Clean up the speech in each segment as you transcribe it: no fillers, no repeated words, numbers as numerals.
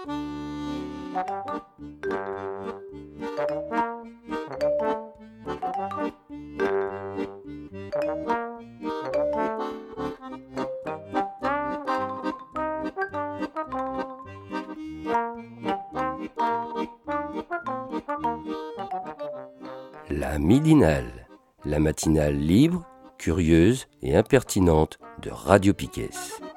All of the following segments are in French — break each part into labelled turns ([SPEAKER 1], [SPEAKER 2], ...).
[SPEAKER 1] La midinale, la matinale libre, curieuse et impertinente de Radio Piquet.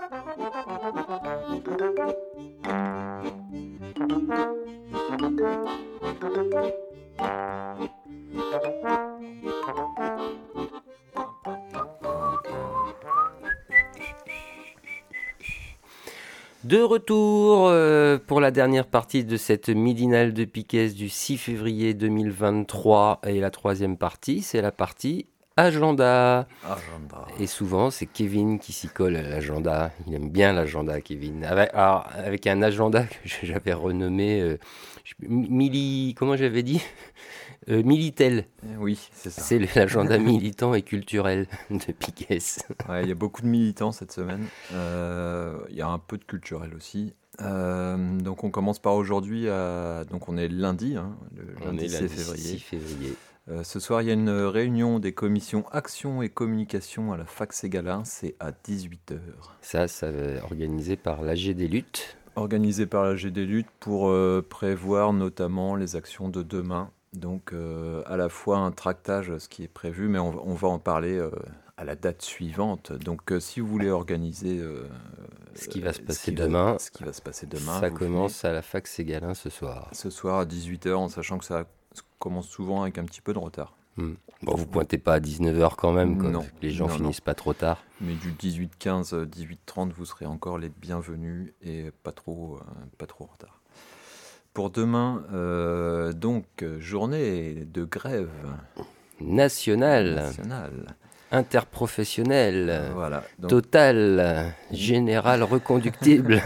[SPEAKER 1] De retour pour la dernière partie de cette midinale de Piquet du 6 février 2023. Et la troisième partie, c'est la partie agenda. Et souvent, c'est Kevin qui s'y colle à l'agenda. Il aime bien l'agenda, Kevin. Avec un agenda que j'avais renommé comment j'avais dit Militel.
[SPEAKER 2] Oui, c'est ça.
[SPEAKER 1] C'est l'agenda militant et culturel de Piquet.
[SPEAKER 2] Ouais, il y a beaucoup de militants cette semaine. Il y a un peu de culturel aussi. Donc on commence par aujourd'hui. Donc on est lundi, le lundi 6 février. Ce soir, il y a une réunion des commissions Action et Communication à la Fac Ségalin. C'est à 18h.
[SPEAKER 1] Ça va organisé par l'AG des Luttes.
[SPEAKER 2] Organisé par l'AG des Luttes pour prévoir notamment les actions de demain. Donc à la fois un tractage, ce qui est prévu, mais on va en parler à la date suivante. Donc si vous voulez organiser
[SPEAKER 1] ce qui va se passer demain,
[SPEAKER 2] ça
[SPEAKER 1] commence à la Fac Ségalin ce soir.
[SPEAKER 2] Ce soir à 18h, en sachant que ça commence souvent avec un petit peu de retard.
[SPEAKER 1] Bon, vous pointez pas à 19h quand même, quoi.
[SPEAKER 2] Non,
[SPEAKER 1] les gens finissent pas trop tard.
[SPEAKER 2] Mais du 18-15, 18-30, vous serez encore les bienvenus et pas trop en retard. Pour demain, donc, journée de grève
[SPEAKER 1] nationale. Interprofessionnelle,
[SPEAKER 2] voilà, donc,
[SPEAKER 1] totale, générale, reconductible.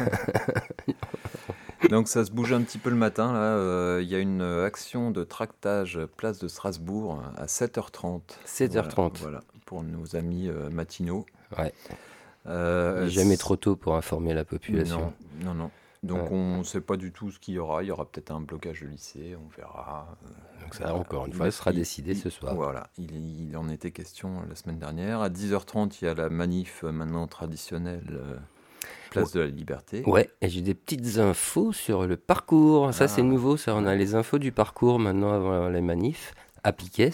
[SPEAKER 2] Donc ça se bouge un petit peu le matin. Là, il y a une action de tractage place de Strasbourg à 7h30.
[SPEAKER 1] 7h30.
[SPEAKER 2] Voilà, pour nos amis matinaux.
[SPEAKER 1] Ouais. Jamais trop tôt pour informer la population.
[SPEAKER 2] Non. Donc on ne sait pas du tout ce qu'il y aura. Il y aura peut-être un blocage de lycée, on verra.
[SPEAKER 1] Donc ça, encore une fois, sera décidé ce soir.
[SPEAKER 2] Voilà, il en était question la semaine dernière. À 10h30, il y a la manif maintenant traditionnelle place de la Liberté.
[SPEAKER 1] Ouais, et j'ai des petites infos sur le parcours. Ça, c'est nouveau. Ça, on a les infos du parcours maintenant avant les manifs à Piquet.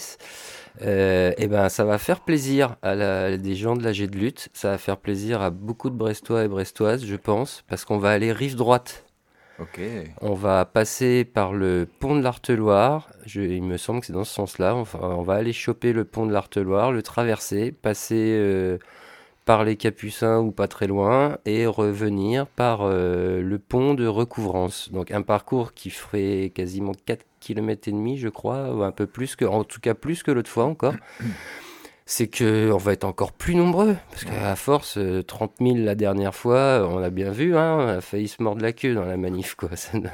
[SPEAKER 1] Et ben, ça va faire plaisir à des gens de l'AG de lutte. Ça va faire plaisir à beaucoup de Brestois et Brestoises, je pense, parce qu'on va aller rive droite.
[SPEAKER 2] Ok.
[SPEAKER 1] On va passer par le pont de l'Arteloire. Il me semble que c'est dans ce sens-là. On va aller choper le pont de l'Arteloire, le traverser, passer par les Capucins ou pas très loin, et revenir par le pont de Recouvrance. Donc un parcours qui ferait quasiment 4,5 km, je crois, ou un peu plus en tout cas plus que l'autre fois encore. C'est qu'on va être encore plus nombreux, parce qu'à force, 30 000 la dernière fois, on a bien vu, on a failli se mordre la queue dans la manif, quoi.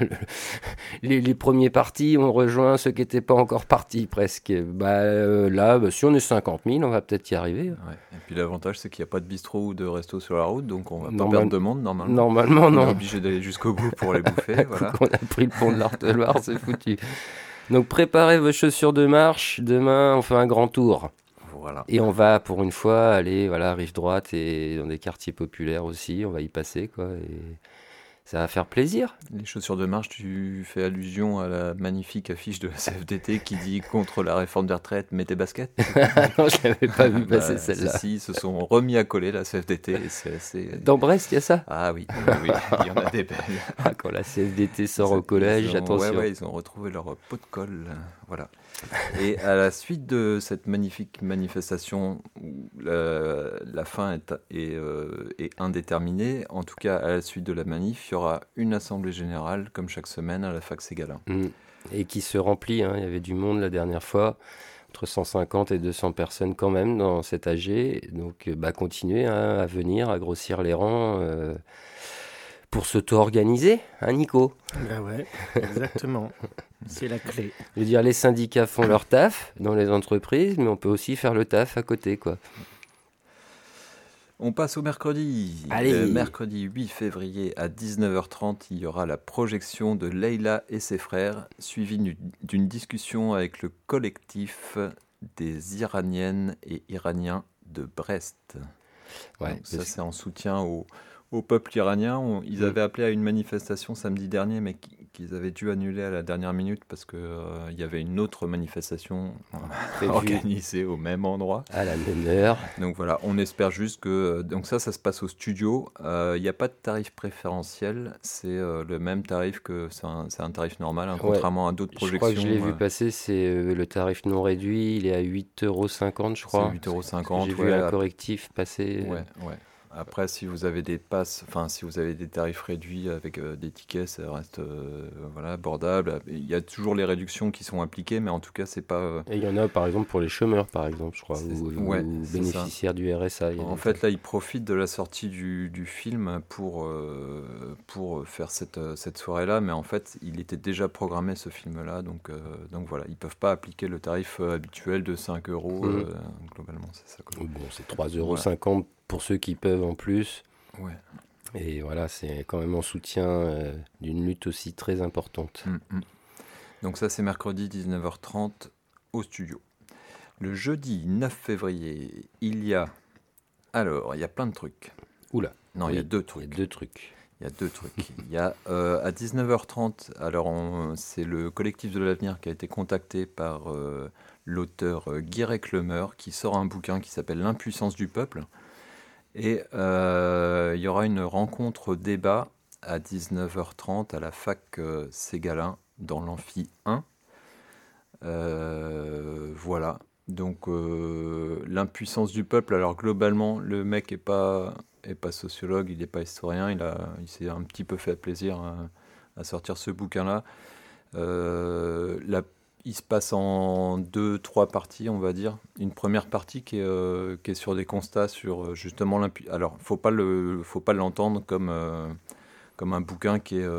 [SPEAKER 1] Les premiers partis ont rejoint ceux qui n'étaient pas encore partis, presque. Là, si on est 50 000, on va peut-être y arriver.
[SPEAKER 2] Ouais. Et puis l'avantage, c'est qu'il n'y a pas de bistrot ou de resto sur la route, donc on va pas perdre de monde, normalement.
[SPEAKER 1] Normalement, non.
[SPEAKER 2] On est obligé d'aller jusqu'au bout pour les bouffer. Voilà.
[SPEAKER 1] On a pris le pont de l'Arteloire, c'est foutu. Donc préparez vos chaussures de marche, demain on fait un grand tour.
[SPEAKER 2] Voilà.
[SPEAKER 1] Et on va pour une fois aller rive droite et dans des quartiers populaires aussi, on va y passer, quoi, et ça va faire plaisir.
[SPEAKER 2] Les chaussures de marche, tu fais allusion à la magnifique affiche de la CFDT qui dit contre la réforme des retraites, mets tes baskets.
[SPEAKER 1] Non, je l'avais pas vu passer celle-là.
[SPEAKER 2] Si, ils se sont remis à coller la CFDT. Et c'est assez...
[SPEAKER 1] Dans Brest, il y a ça?
[SPEAKER 2] Ah oui, il y en a des belles.
[SPEAKER 1] Quand la CFDT sort au collège, attention.
[SPEAKER 2] Ouais, ils ont retrouvé leur pot de colle, voilà. Et à la suite de cette magnifique manifestation où la fin est indéterminée, en tout cas à la suite de la manif, il y aura une assemblée générale comme chaque semaine à la Fac Ségalin.
[SPEAKER 1] Et qui se remplit, il y avait du monde la dernière fois, entre 150 et 200 personnes quand même dans cet AG, donc continuez à venir, à grossir les rangs pour s'auto-organiser, Nico?
[SPEAKER 3] Ouais, exactement. C'est la clé.
[SPEAKER 1] Je veux dire, les syndicats font leur taf dans les entreprises, mais on peut aussi faire le taf à côté, quoi.
[SPEAKER 2] On passe au mercredi.
[SPEAKER 1] Allez.
[SPEAKER 2] Le mercredi 8 février à 19h30, il y aura la projection de Leïla et ses frères, suivie d'une discussion avec le collectif des Iraniennes et Iraniens de Brest.
[SPEAKER 1] Ouais,
[SPEAKER 2] donc, ça, c'est en soutien au peuple iranien. Ils avaient appelé à une manifestation samedi dernier, mais qu'ils avaient dû annuler à la dernière minute parce qu'il y avait une autre manifestation organisée au même endroit.
[SPEAKER 1] À la même heure.
[SPEAKER 2] Donc voilà, on espère juste que... Donc ça se passe au studio. Il n'y a pas de tarif préférentiel. C'est le même tarif que... C'est un tarif normal, hein, contrairement à d'autres projections.
[SPEAKER 1] Je crois que je l'ai vu passer, c'est le tarif non réduit. Il est à 8,50 €, je crois.
[SPEAKER 2] C'est 8,50 €.
[SPEAKER 1] J'ai vu un correctif passer.
[SPEAKER 2] Ouais. Après, si vous avez des passes, si vous avez des tarifs réduits avec des tickets, ça reste abordable. Il y a toujours les réductions qui sont appliquées, mais en tout cas, c'est pas.
[SPEAKER 1] Et il y en a, par exemple, pour les chômeurs, par exemple, je crois, ou bénéficiaires du RSA.
[SPEAKER 2] En fait, là, ils profitent de la sortie du film pour faire cette soirée-là, mais en fait, il était déjà programmé ce film-là, donc voilà, ils peuvent pas appliquer le tarif habituel de 5 €. Globalement, c'est ça.
[SPEAKER 1] Bon, c'est 3,50 € pour ceux qui peuvent en plus.
[SPEAKER 2] Ouais.
[SPEAKER 1] Et voilà, c'est quand même en soutien d'une lutte aussi très importante.
[SPEAKER 2] Donc ça, c'est mercredi 19h30 au studio. Le jeudi 9 février, il y a plein de trucs.
[SPEAKER 1] Oula.
[SPEAKER 2] Non, il y a deux trucs. Il y a deux trucs. Il y a à 19h30, c'est le collectif de l'avenir qui a été contacté par l'auteur Guirec Lemeur qui sort un bouquin qui s'appelle L'impuissance du peuple. Et il y aura une rencontre débat à 19h30 à la fac Ségalin dans l'amphi 1. Voilà. Donc l'impuissance du peuple. Alors globalement, le mec est pas sociologue, il n'est pas historien. Il s'est un petit peu fait plaisir à sortir ce bouquin-là. Il se passe en 2-3 parties, on va dire. Une première partie qui est sur des constats sur justement l'impuissance. Alors, faut pas l'entendre comme un bouquin qui est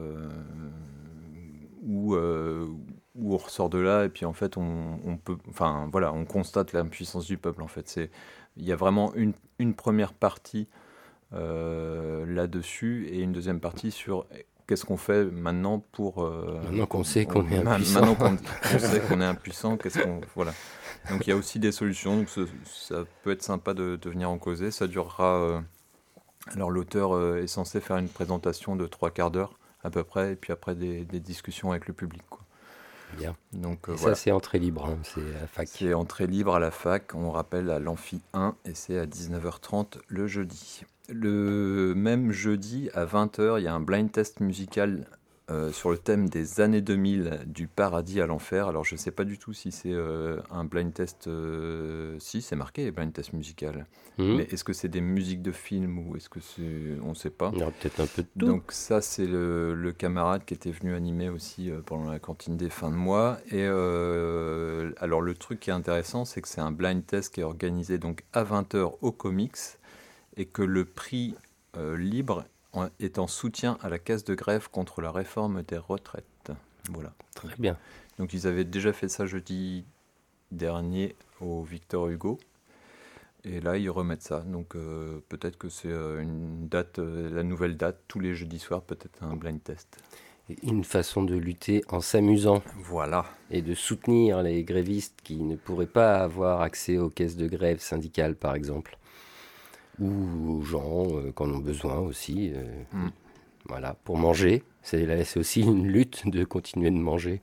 [SPEAKER 2] où on ressort de là et puis en fait on constate l'impuissance du peuple. En fait, il y a vraiment une première partie là-dessus et une deuxième partie sur qu'est-ce qu'on fait maintenant
[SPEAKER 1] maintenant qu'on sait qu'on est impuissant.
[SPEAKER 2] Maintenant qu'on sait qu'on est impuissant, voilà. Donc il y a aussi des solutions. Donc ça peut être sympa de venir en causer. Ça durera. Alors l'auteur est censé faire une présentation de 3/4 d'heure à peu près, et puis après des discussions avec le public, quoi.
[SPEAKER 1] Bien.
[SPEAKER 2] Donc
[SPEAKER 1] ça c'est entrée libre, hein, c'est à la fac.
[SPEAKER 2] C'est entrée libre à la fac. On rappelle à l'amphi 1 et c'est à 19h30 le jeudi. Le même jeudi, à 20h, il y a un blind test musical sur le thème des années 2000, du paradis à l'enfer. Alors, je ne sais pas du tout si c'est un blind test... Si, c'est marqué, blind test musical. Mais est-ce que c'est des musiques de films ou est-ce que c'est... On ne sait pas.
[SPEAKER 1] Il y aura peut-être un peu de tout.
[SPEAKER 2] Donc ça, c'est le camarade qui était venu animer aussi pendant la cantine des fins de mois. Et alors, le truc qui est intéressant, c'est que c'est un blind test qui est organisé donc à 20h au Comics, et que le prix libre est en soutien à la caisse de grève contre la réforme des retraites. Voilà.
[SPEAKER 1] Très bien.
[SPEAKER 2] Donc ils avaient déjà fait ça jeudi dernier au Victor Hugo. Et là, ils remettent ça. Donc peut-être que c'est une date, la nouvelle date, tous les jeudis soirs, peut-être un blind test.
[SPEAKER 1] Et une façon de lutter en s'amusant.
[SPEAKER 2] Voilà.
[SPEAKER 1] Et de soutenir les grévistes qui ne pourraient pas avoir accès aux caisses de grève syndicales, par exemple. Ou aux gens qui en ont besoin aussi. Voilà, pour manger. C'est aussi une lutte de continuer de manger.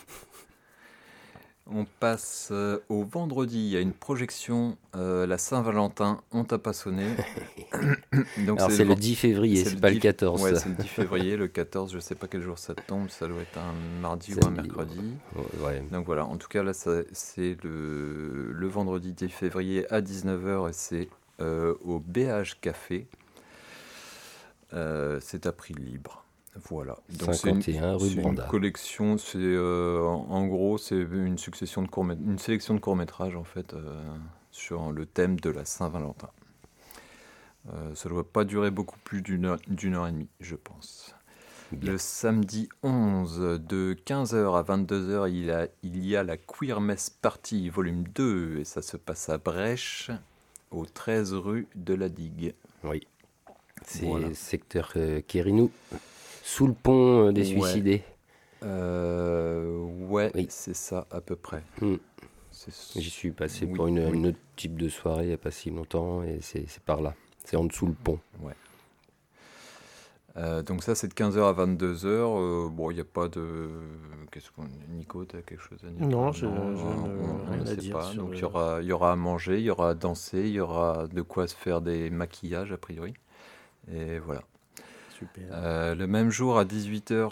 [SPEAKER 2] On passe au vendredi. Il y a une projection, la Saint-Valentin, on t'a pas sonné.
[SPEAKER 1] Donc alors c'est le 10 février, c'est pas le 14.
[SPEAKER 2] Ouais, c'est le 10 février. Le 14, je sais pas quel jour ça tombe. Ça doit être un mardi ou un mercredi.
[SPEAKER 1] Ouais.
[SPEAKER 2] Donc voilà, en tout cas là, c'est le vendredi 10 février à 19h et c'est au BH Café. C'est à prix libre. Voilà. Donc
[SPEAKER 1] 51 rue Branda.
[SPEAKER 2] Une collection, en gros c'est une sélection de courts-métrages en fait sur le thème de la Saint-Valentin. Ça ne doit pas durer beaucoup plus d'une heure et demie, je pense. Bien. Le samedi 11 de 15h à 22h, il y a la Queer Mess Party volume 2 et ça se passe à Brèche au 13 rue de la Digue.
[SPEAKER 1] Oui, c'est secteur Quérinou, sous le pont des Suicidés.
[SPEAKER 2] Oui. C'est ça à peu près.
[SPEAKER 1] J'y suis passé pour une autre type de soirée il n'y a pas si longtemps et c'est par là, c'est en dessous le pont.
[SPEAKER 2] Ouais. Donc ça c'est de 15h à 22h. Bon, il n'y a pas de... Qu'est-ce qu'on... Nico, tu as quelque chose à dire?
[SPEAKER 3] Non, je rien à dire.
[SPEAKER 2] Donc il y aura à manger, il y aura à danser, il y aura de quoi se faire des maquillages a priori. Et voilà.
[SPEAKER 3] Super.
[SPEAKER 2] Le même jour à 18h,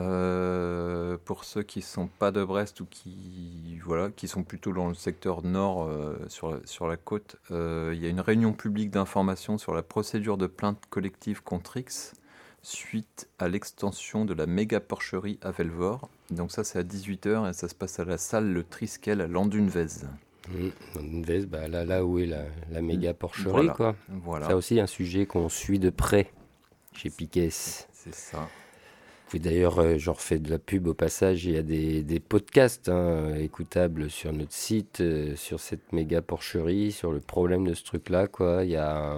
[SPEAKER 2] pour ceux qui ne sont pas de Brest ou qui sont plutôt dans le secteur nord sur la côte, il y a une réunion publique d'information sur la procédure de plainte collective contre X suite à l'extension de la méga porcherie à Velvor. Donc ça c'est à 18h et ça se passe à la salle Le Triskel à Landunvez.
[SPEAKER 1] Landunvez, là où est la méga porcherie, quoi.
[SPEAKER 2] Voilà.
[SPEAKER 1] C'est aussi un sujet qu'on suit de près chez Piquet.
[SPEAKER 2] C'est ça.
[SPEAKER 1] Puis d'ailleurs, j'en refais de la pub au passage, il y a des podcasts écoutables sur notre site, sur cette méga porcherie, sur le problème de ce truc-là, quoi. Il y a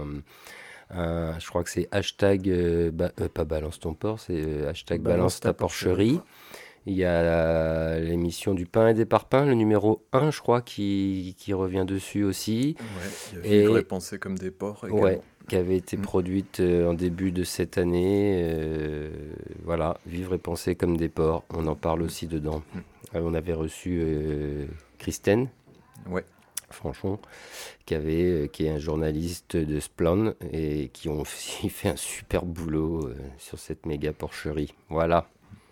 [SPEAKER 1] je crois que c'est hashtag, pas balance ton porc, c'est hashtag balance ta porcherie. Il y a l'émission du pain et des parpaings, le numéro 1, je crois, qui revient dessus aussi.
[SPEAKER 2] Ouais, il y a Vivre et penser comme des porcs également.
[SPEAKER 1] Ouais, qui avait été produite en début de cette année. Voilà, Vivre et penser comme des porcs, on en parle aussi dedans. On avait reçu Christine.
[SPEAKER 2] Ouais.
[SPEAKER 1] Franchon, qui est un journaliste de Splon et qui ont aussi fait un super boulot sur cette méga porcherie. Voilà.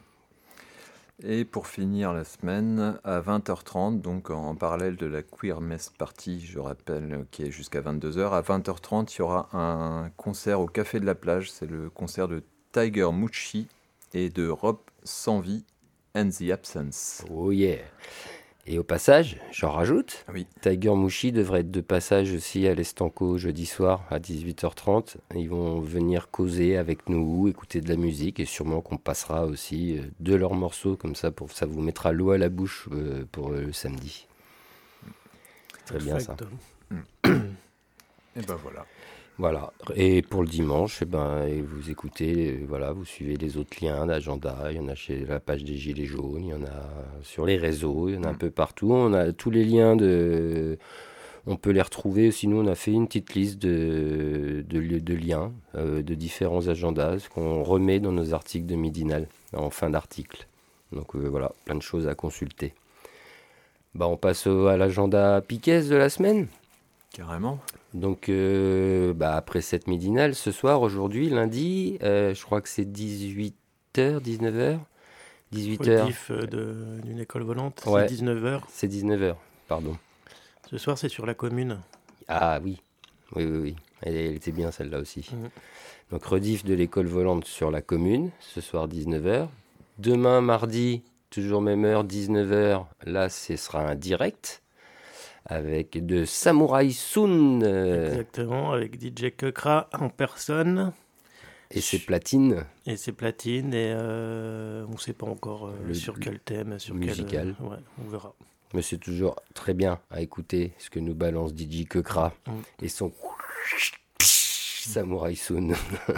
[SPEAKER 2] Et pour finir la semaine, à 20h30, donc en parallèle de la Queer Mess Party, je rappelle, qui est jusqu'à 22h, à 20h30, il y aura un concert au Café de la Plage. C'est le concert de Tiger Mucci et de Rob Sanvi and the Absence.
[SPEAKER 1] Oh yeah. Et au passage, j'en rajoute,
[SPEAKER 2] oui.
[SPEAKER 1] Tiger Mucci devrait être de passage aussi à l'Estanco jeudi soir à 18h30. Ils vont venir causer avec nous, écouter de la musique et sûrement qu'on passera aussi de leurs morceaux comme ça, ça vous mettra l'eau à la bouche pour le samedi. Très bien ça.
[SPEAKER 2] Et ben voilà.
[SPEAKER 1] Voilà. Et pour le dimanche, vous écoutez, vous suivez les autres liens d'agenda. Il y en a chez la page des Gilets jaunes, il y en a sur les réseaux, il y en a un peu partout. On a tous les liens on peut les retrouver. Sinon, on a fait une petite liste de liens de différents agendas qu'on remet dans nos articles de Midinal en fin d'article. Donc voilà, plein de choses à consulter. On passe à l'agenda Piquet de la semaine.
[SPEAKER 2] Carrément.
[SPEAKER 1] Donc, après cette midinale, ce soir, aujourd'hui, lundi, je crois que c'est 18h, 19h 18h.
[SPEAKER 3] Rediff d'une école volante,
[SPEAKER 1] ouais,
[SPEAKER 3] c'est 19h.
[SPEAKER 1] C'est 19h, pardon.
[SPEAKER 3] Ce soir, c'est sur la commune.
[SPEAKER 1] Ah oui. Oui. Elle était bien celle-là aussi. Donc, rediff de l'école volante sur la commune, ce soir 19h. Demain, mardi, toujours même heure, 19h, là, ce sera un direct. Avec de Samurai Soon.
[SPEAKER 3] Exactement, avec DJ Kekra en personne.
[SPEAKER 1] Et ses platines.
[SPEAKER 3] Et on ne sait pas encore sur quel thème, sur
[SPEAKER 1] musical.
[SPEAKER 3] On verra.
[SPEAKER 1] Mais c'est toujours très bien à écouter ce que nous balance DJ Kekra et son Samurai Soon.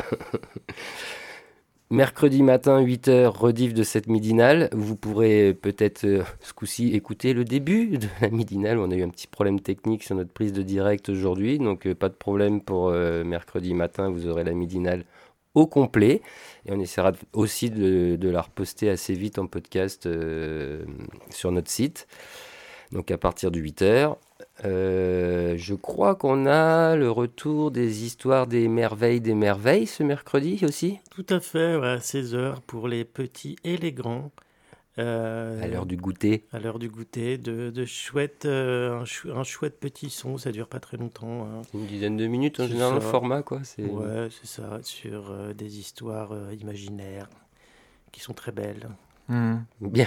[SPEAKER 1] Mercredi matin, 8h, rediff de cette midinale. Vous pourrez peut-être ce coup-ci écouter le début de la midinale. On a eu un petit problème technique sur notre prise de direct aujourd'hui. Donc pas de problème pour mercredi matin. Vous aurez la midinale au complet. Et on essaiera aussi de la reposter assez vite en podcast sur notre site. Donc à partir de 8h. Je crois qu'on a le retour des histoires des merveilles ce mercredi aussi.
[SPEAKER 3] Tout à fait, à 16h pour les petits et les grands.
[SPEAKER 1] À l'heure du goûter.
[SPEAKER 3] À l'heure du goûter, de chouettes, un chouette petit son, ça dure pas très longtemps. Hein.
[SPEAKER 1] Une dizaine de minutes en général, le format, quoi.
[SPEAKER 3] Ouais, c'est ça, sur des histoires imaginaires qui sont très belles.
[SPEAKER 1] Bien.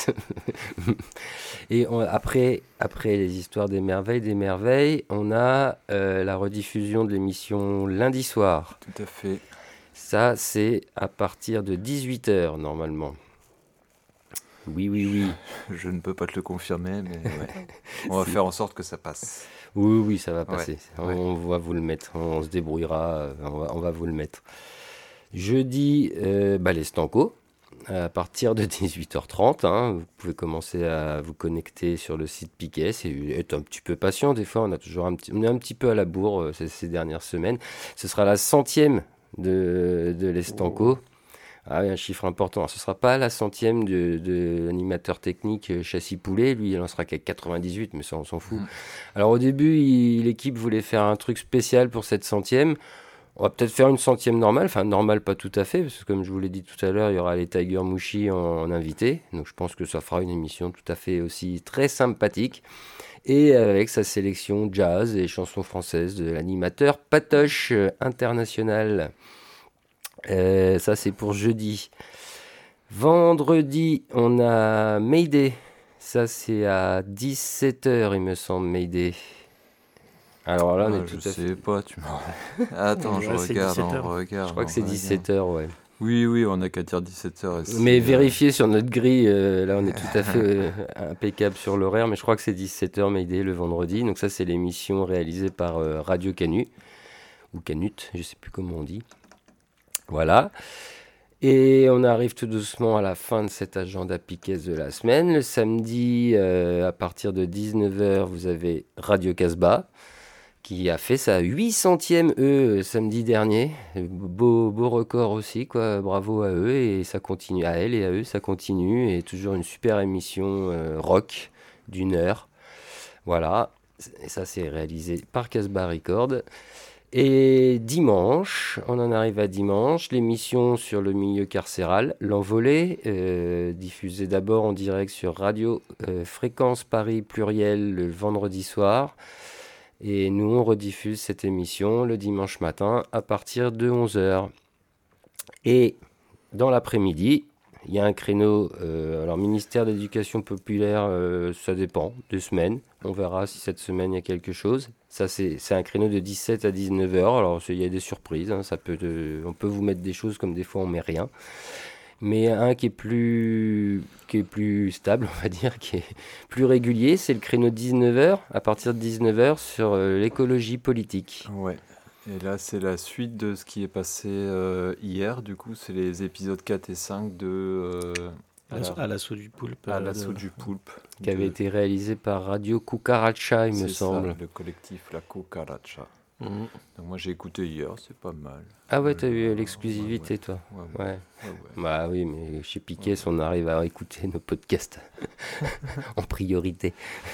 [SPEAKER 1] Et après les histoires des merveilles, on a la rediffusion de l'émission lundi soir.
[SPEAKER 2] Tout à fait.
[SPEAKER 1] Ça, c'est à partir de 18h normalement. Oui.
[SPEAKER 2] Je ne peux pas te le confirmer, mais ouais. On va faire en sorte que ça passe.
[SPEAKER 1] Oui, ça va passer. Ouais. On va vous le mettre. On se débrouillera. On va vous le mettre. Jeudi, les Stanco. À partir de 18h30, vous pouvez commencer à vous connecter sur le site Piquet. Être un petit peu patient. Des fois, on est un petit peu à la bourre ces dernières semaines. Ce sera la 100e de l'Estanco. Ah oui, un chiffre important. Alors, ce ne sera pas la 100e de l'animateur technique Châssis Poulet. Lui, il en sera qu'à 98, mais ça, on s'en fout. Alors, au début, l'équipe voulait faire un truc spécial pour cette 100e. On va peut-être faire une 100e normale. Enfin, normale, pas tout à fait, parce que comme je vous l'ai dit tout à l'heure, il y aura les Tiger Mouchi en invité. Donc, je pense que ça fera une émission tout à fait aussi très sympathique. Et avec sa sélection jazz et chansons françaises de l'animateur Patoche International. Ça, c'est pour jeudi. Vendredi, on a Mayday. Ça, c'est à 17h, il me semble, Mayday. Alors là, on est tout à fait...
[SPEAKER 2] Je sais pas, tu m'en... Attends, je regarde.
[SPEAKER 1] Je crois que c'est 17h, ouais.
[SPEAKER 2] Oui, on n'a qu'à dire 17h.
[SPEAKER 1] Mais vérifiez sur notre grille, là, on est tout à fait impeccable sur l'horaire, mais je crois que c'est 17h, Mayday, le vendredi. Donc ça, c'est l'émission réalisée par Radio Canu, ou Canut, je sais plus comment on dit. Voilà. Et on arrive tout doucement à la fin de cet agenda Piquet de la semaine. Le samedi, à partir de 19h, vous avez Radio Casbah, qui a fait sa 800e samedi dernier. Beau record aussi, quoi. Bravo à eux, et ça continue. À elle et à eux, ça continue. Et toujours une super émission rock d'une heure. Voilà. Et ça, c'est réalisé par Casbah Record. Et dimanche, on en arrive à dimanche, l'émission sur le milieu carcéral, L'Envolée, diffusée d'abord en direct sur Radio Fréquence Paris Pluriel le vendredi soir. Et nous, on rediffuse cette émission le dimanche matin à partir de 11h. Et dans l'après-midi, il y a un créneau, alors ministère de l'Éducation populaire, ça dépend, 2 semaines. On verra si cette semaine il y a quelque chose. Ça, c'est un créneau de 17 à 19h. Alors, il y a des surprises. On peut vous mettre des choses comme des fois on met rien. Mais un qui est plus stable, on va dire, qui est plus régulier, c'est le créneau de 19h, à partir de 19h, sur l'écologie politique.
[SPEAKER 2] Ouais. Et là, c'est la suite de ce qui est passé hier. Du coup, c'est les épisodes 4 et 5 de...
[SPEAKER 3] à l'assaut du poulpe.
[SPEAKER 2] À l'assaut du poulpe.
[SPEAKER 1] Qui avait été réalisé par Radio Cucaracha, il me semble.
[SPEAKER 2] C'est ça, le collectif La Cucaracha. Donc moi, j'ai écouté hier, c'est pas mal.
[SPEAKER 1] Ah ouais, t'as eu l'exclusivité, toi. Ouais. Bah oui, mais chez Piquet, on arrive à écouter nos podcasts en priorité.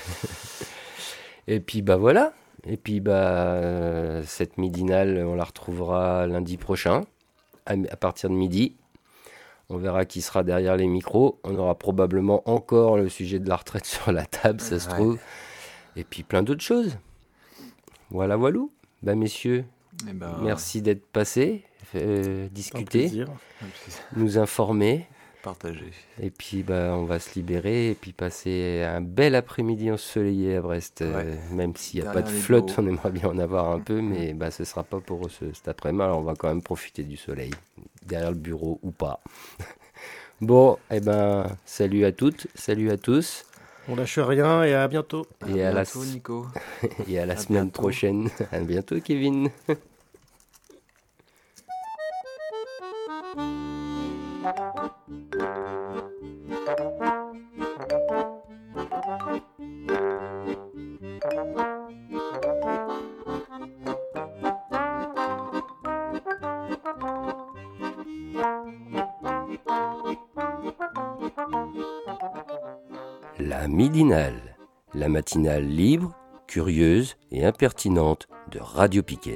[SPEAKER 1] Et puis, voilà. Et puis, cette midinale, on la retrouvera lundi prochain, à partir de midi. On verra qui sera derrière les micros. On aura probablement encore le sujet de la retraite sur la table, ça se trouve. Et puis, plein d'autres choses. Voilà. Messieurs, merci d'être passés, discuter, nous informer.
[SPEAKER 2] Partager.
[SPEAKER 1] Et puis on va se libérer et puis passer un bel après-midi ensoleillé à Brest. Même s'il n'y a pas de flotte, on aimerait bien en avoir un peu, mais ce ne sera pas pour eux cet après-midi. Alors on va quand même profiter du soleil, derrière le bureau ou pas. Bon, salut à toutes, salut à tous.
[SPEAKER 3] On lâche rien et à bientôt.
[SPEAKER 2] Et à bientôt, Nico.
[SPEAKER 1] Et à la semaine prochaine. À bientôt, Kevin. La midinale, la matinale libre, curieuse et impertinente de Radio Piquet.